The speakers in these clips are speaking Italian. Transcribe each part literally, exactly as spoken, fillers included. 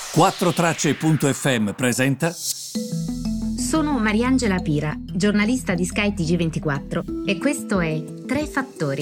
quattro tracce punto effe emme presenta. Sono Mariangela Pira, giornalista di Sky T G ventiquattro e questo è Tre Fattori.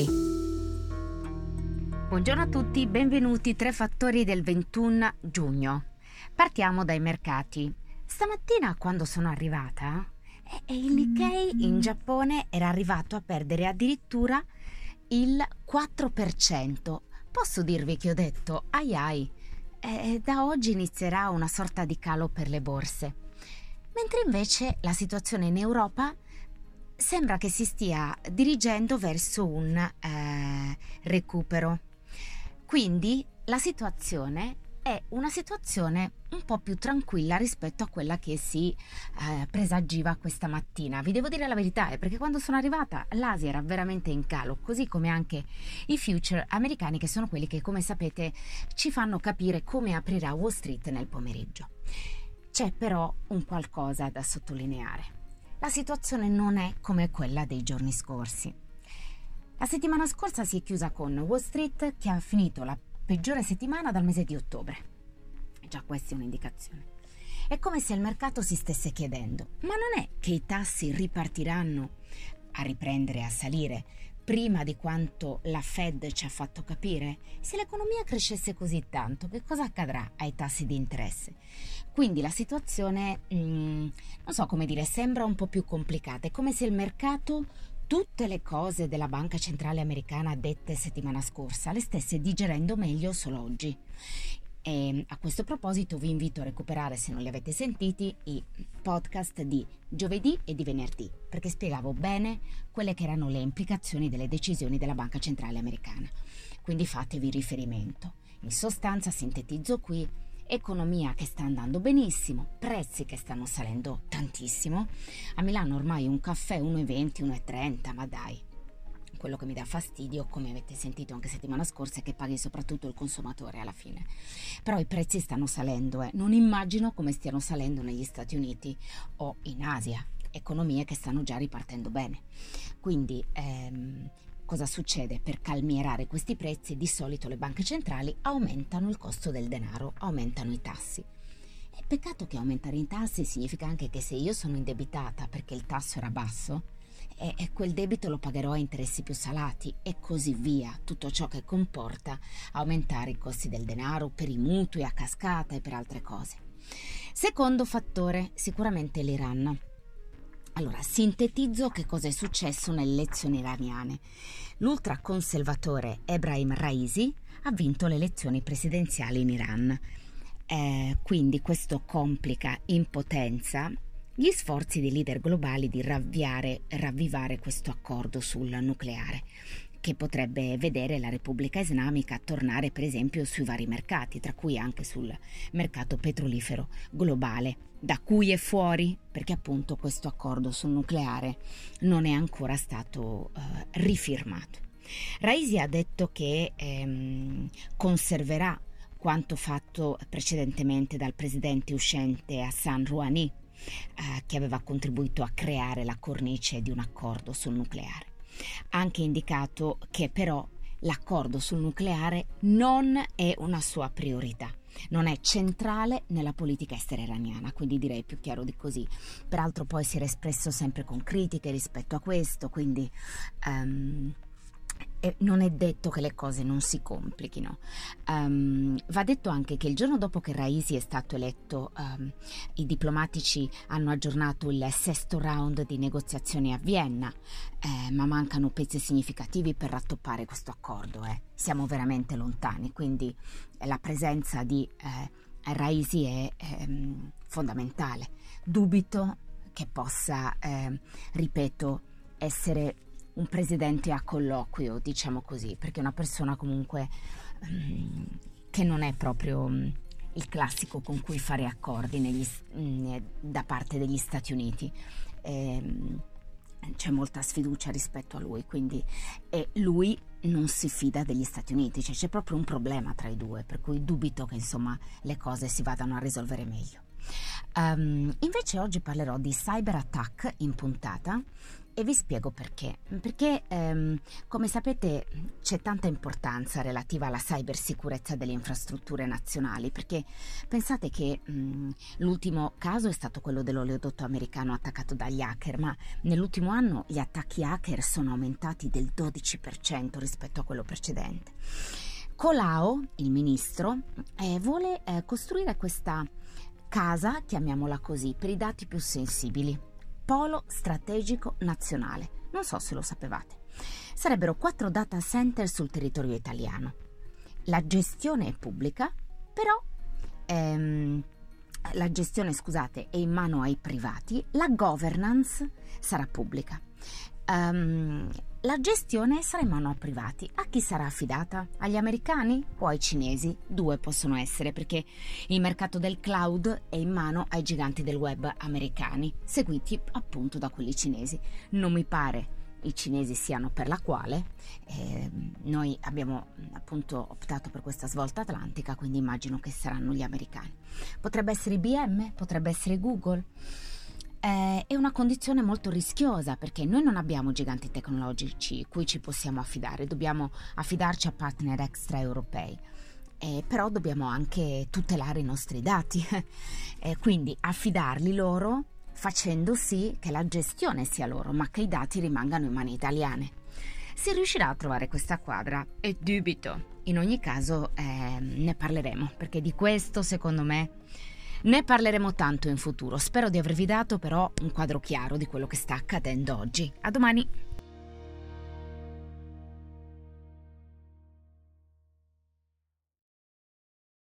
Buongiorno a tutti, benvenuti Tre Fattori del ventuno giugno. Partiamo dai mercati. Stamattina quando sono arrivata, eh, il Nikkei in Giappone era arrivato a perdere addirittura il quattro per cento. Posso dirvi che ho detto, ai ai, eh, da oggi inizierà una sorta di calo per le borse. Mentre invece la situazione in Europa sembra che si stia dirigendo verso un eh, recupero. Quindi la situazione è una situazione un po' più tranquilla rispetto a quella che si eh, presagiva questa mattina. Vi devo dire la verità, eh, perché quando sono arrivata l'Asia era veramente in calo, così come anche i future americani, che sono quelli che, come sapete, ci fanno capire come aprirà Wall Street nel pomeriggio. C'è però un qualcosa da sottolineare. La situazione non è come quella dei giorni scorsi. La settimana scorsa si è chiusa con Wall Street che ha finito la peggiore settimana dal mese di ottobre. Già questa è un'indicazione. È come se il mercato si stesse chiedendo: ma non è che i tassi ripartiranno a riprendere a salire prima di quanto la Fed ci ha fatto capire? Se l'economia crescesse così tanto, che cosa accadrà ai tassi di interesse? Quindi la situazione, mh, non so come dire, sembra un po' più complicata. È come se il mercato tutte le cose della Banca Centrale Americana dette settimana scorsa le stesse digerendo meglio solo oggi. E a questo proposito vi invito a recuperare, se non li avete sentiti, i podcast di giovedì e di venerdì, perché spiegavo bene quelle che erano le implicazioni delle decisioni della Banca Centrale Americana. Quindi fatevi riferimento. In sostanza, sintetizzo qui: economia che sta andando benissimo, prezzi che stanno salendo tantissimo. A Milano ormai un caffè uno e venti, uno e trenta, ma dai. Quello che mi dà fastidio, come avete sentito anche settimana scorsa, è che paghi soprattutto il consumatore alla fine. Però i prezzi stanno salendo, eh. Non immagino come stiano salendo negli Stati Uniti o in Asia, economie che stanno già ripartendo bene. Quindi ehm, cosa succede? Per calmierare questi prezzi di solito le banche centrali aumentano il costo del denaro, aumentano i tassi. E peccato che aumentare i tassi significa anche che se io sono indebitata perché il tasso era basso, e, e quel debito lo pagherò a interessi più salati e così via, tutto ciò che comporta aumentare i costi del denaro per i mutui a cascata e per altre cose. Secondo fattore, sicuramente l'Iran. Allora, sintetizzo che cosa è successo nelle elezioni iraniane. L'ultraconservatore Ebrahim Raisi ha vinto le elezioni presidenziali in Iran. Eh, quindi questo complica in potenza gli sforzi dei leader globali di ravviare, ravvivare questo accordo sul nucleare, che potrebbe vedere la Repubblica Islamica tornare per esempio sui vari mercati, tra cui anche sul mercato petrolifero globale, da cui è fuori perché appunto questo accordo sul nucleare non è ancora stato eh, rifirmato. Raisi ha detto che ehm, conserverà quanto fatto precedentemente dal presidente uscente Hassan Rouhani, eh, che aveva contribuito a creare la cornice di un accordo sul nucleare. Ha anche indicato che però l'accordo sul nucleare non è una sua priorità, non è centrale nella politica estera iraniana, quindi direi più chiaro di così. Peraltro poi si era espresso sempre con critiche rispetto a questo, quindi um, e non è detto che le cose non si complichino. Um, va detto anche che il giorno dopo che Raisi è stato eletto, um, i diplomatici hanno aggiornato il sesto round di negoziazioni a Vienna, eh, ma mancano pezzi significativi per rattoppare questo accordo. Eh. Siamo veramente lontani, quindi la presenza di eh, Raisi è eh, fondamentale. Dubito che possa, eh, ripeto, essere un presidente a colloquio, diciamo così, perché è una persona comunque um, che non è proprio um, il classico con cui fare accordi negli, mh, da parte degli Stati Uniti. E, c'è molta sfiducia rispetto a lui, quindi e lui non si fida degli Stati Uniti, cioè c'è proprio un problema tra i due, per cui dubito che insomma le cose si vadano a risolvere meglio. Um, invece oggi parlerò di cyber attack in puntata E vi spiego perché. Perché, ehm, come sapete, c'è tanta importanza relativa alla cybersicurezza delle infrastrutture nazionali, perché pensate che mh, l'ultimo caso è stato quello dell'oleodotto americano attaccato dagli hacker, ma nell'ultimo anno gli attacchi hacker sono aumentati del dodici per cento rispetto a quello precedente. Colao, il ministro, eh, vuole eh, costruire questa casa, chiamiamola così, per i dati più sensibili. Polo strategico nazionale. Non so se lo sapevate. Sarebbero quattro data center sul territorio italiano. La gestione è pubblica, però ehm, la gestione, scusate, è in mano ai privati. La governance sarà pubblica. Um, la gestione sarà in mano a privati. A chi sarà affidata? Agli americani o ai cinesi? Due possono essere, perché il mercato del cloud è in mano ai giganti del web americani, seguiti appunto da quelli cinesi. Non mi pare i cinesi siano per la quale eh, noi abbiamo appunto optato per questa svolta atlantica, quindi immagino che saranno gli americani. Potrebbe essere I B M, potrebbe essere Google. Eh, è una condizione molto rischiosa, perché noi non abbiamo giganti tecnologici cui ci possiamo affidare, dobbiamo affidarci a partner extraeuropei, eh, però dobbiamo anche tutelare i nostri dati, eh, quindi affidarli loro facendo sì che la gestione sia loro, ma che i dati rimangano in mani italiane. Si riuscirà a trovare questa quadra? E dubito. In ogni caso eh, ne parleremo, perché di questo, secondo me, ne parleremo tanto in futuro. Spero di avervi dato però un quadro chiaro di quello che sta accadendo oggi. A domani!